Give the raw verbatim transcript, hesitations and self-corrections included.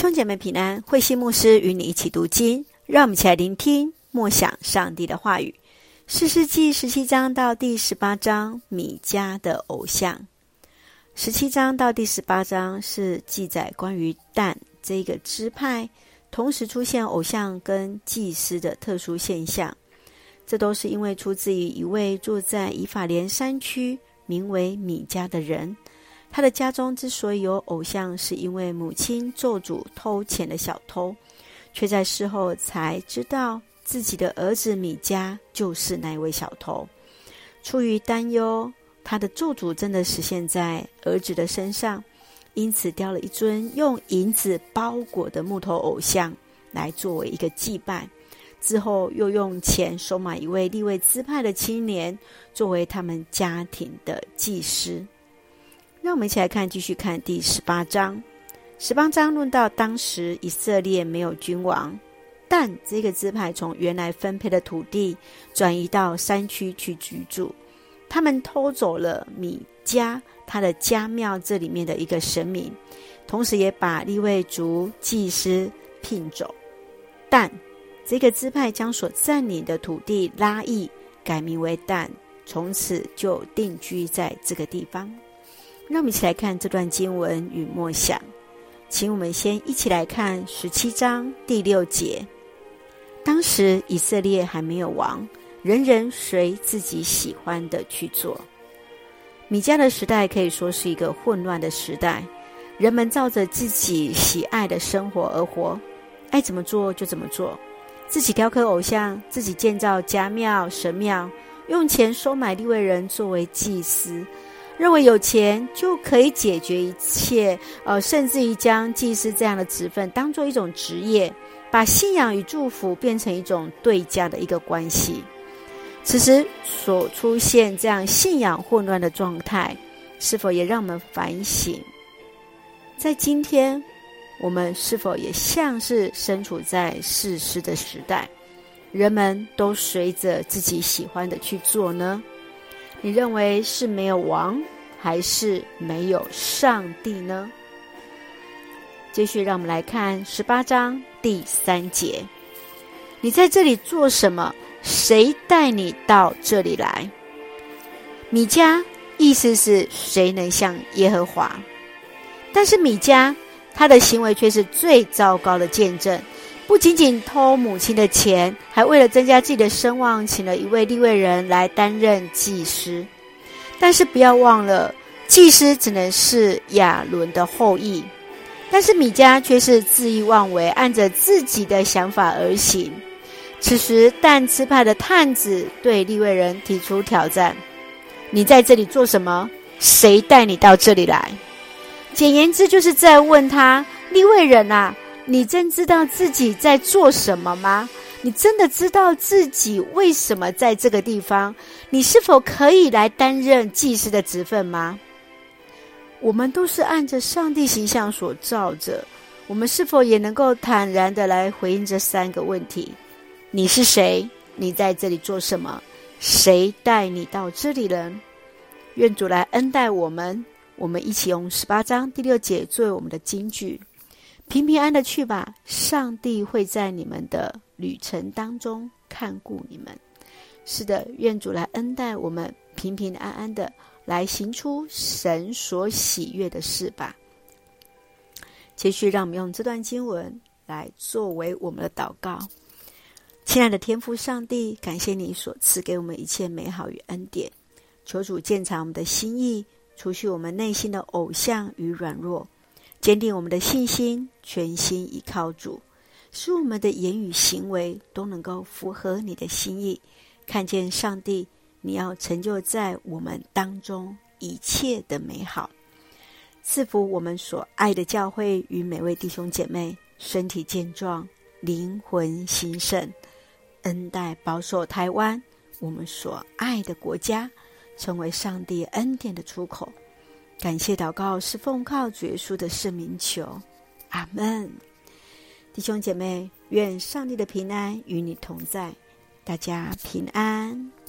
兄姐妹平安，慧馨牧师与你一起读经，让我们一起来聆听默想上帝的话语。士师记十七章到第十八章，米迦的偶像。十七章到第十八章是记载关于但这个支派同时出现偶像跟祭司的特殊现象，这都是因为出自于一位住在以法莲山区名为米迦的人。他的家中之所以有偶像，是因为母亲咒诅偷钱的小偷，却在事后才知道自己的儿子米迦就是那一位小偷。出于担忧，他的咒诅真的实现在儿子的身上，因此雕了一尊用银子包裹的木头偶像来作为一个祭拜，之后又用钱收买一位利未支派的青年作为他们家庭的祭司。让我们一起来看，继续看第十八章。十八章论到当时以色列没有君王，但这个支派从原来分配的土地转移到山区去居住。他们偷走了米迦他的家庙这里面的一个神明，同时也把利未族祭司聘走。但这个支派将所占领的土地拉邑改名为但，从此就定居在这个地方。让我们一起来看这段经文与默想。请我们先一起来看十七章第六节。当时以色列还没有王，人人随自己喜欢的去做。米迦的时代可以说是一个混乱的时代，人们照着自己喜爱的生活而活，爱怎么做就怎么做，自己雕刻偶像，自己建造家庙神庙，用钱收买利未人作为祭司，认为有钱就可以解决一切，呃，甚至于将祭司这样的职分当作一种职业，把信仰与祝福变成一种对价的一个关系。此时所出现这样信仰混乱的状态，是否也让我们反省，在今天我们是否也像是身处在士师的时代，人们都随着自己喜欢的去做呢？你认为是没有王，还是没有上帝呢？继续让我们来看十八章第三节。你在这里做什么？谁带你到这里来？米迦意思是谁能像耶和华？但是米迦他的行为却是最糟糕的见证，不仅仅偷母亲的钱，还为了增加自己的声望，请了一位利未人来担任祭司。但是不要忘了，祭司只能是亚伦的后裔，但是米迦却是恣意妄为，按着自己的想法而行。此时但支派的探子对利未人提出挑战：你在这里做什么？谁带你到这里来？简言之，就是在问他，利未人啊，你真知道自己在做什么吗？你真的知道自己为什么在这个地方？你是否可以来担任祭司的职分吗？我们都是按着上帝形象所造着，我们是否也能够坦然地来回应这三个问题？你是谁？你在这里做什么？谁带你到这里呢？愿主来恩待我们，我们一起用十八章第六节作为我们的金句。平平安的去吧，上帝会在你们的旅程当中看顾你们。是的，愿主来恩待我们，平平安安的来行出神所喜悦的事吧。继续让我们用这段经文来作为我们的祷告。亲爱的天父上帝，感谢你所赐给我们一切美好与恩典，求主鉴察我们的心意，除去我们内心的偶像与软弱，坚定我们的信心，全心依靠主，使我们的言语行为都能够符合你的心意，看见上帝你要成就在我们当中一切的美好。赐福我们所爱的教会与每位弟兄姐妹身体健壮，灵魂兴盛，恩待保守台湾我们所爱的国家，成为上帝恩典的出口。感谢祷告是奉靠主耶稣的圣名求，阿们。弟兄姐妹，愿上帝的平安与你同在，大家平安。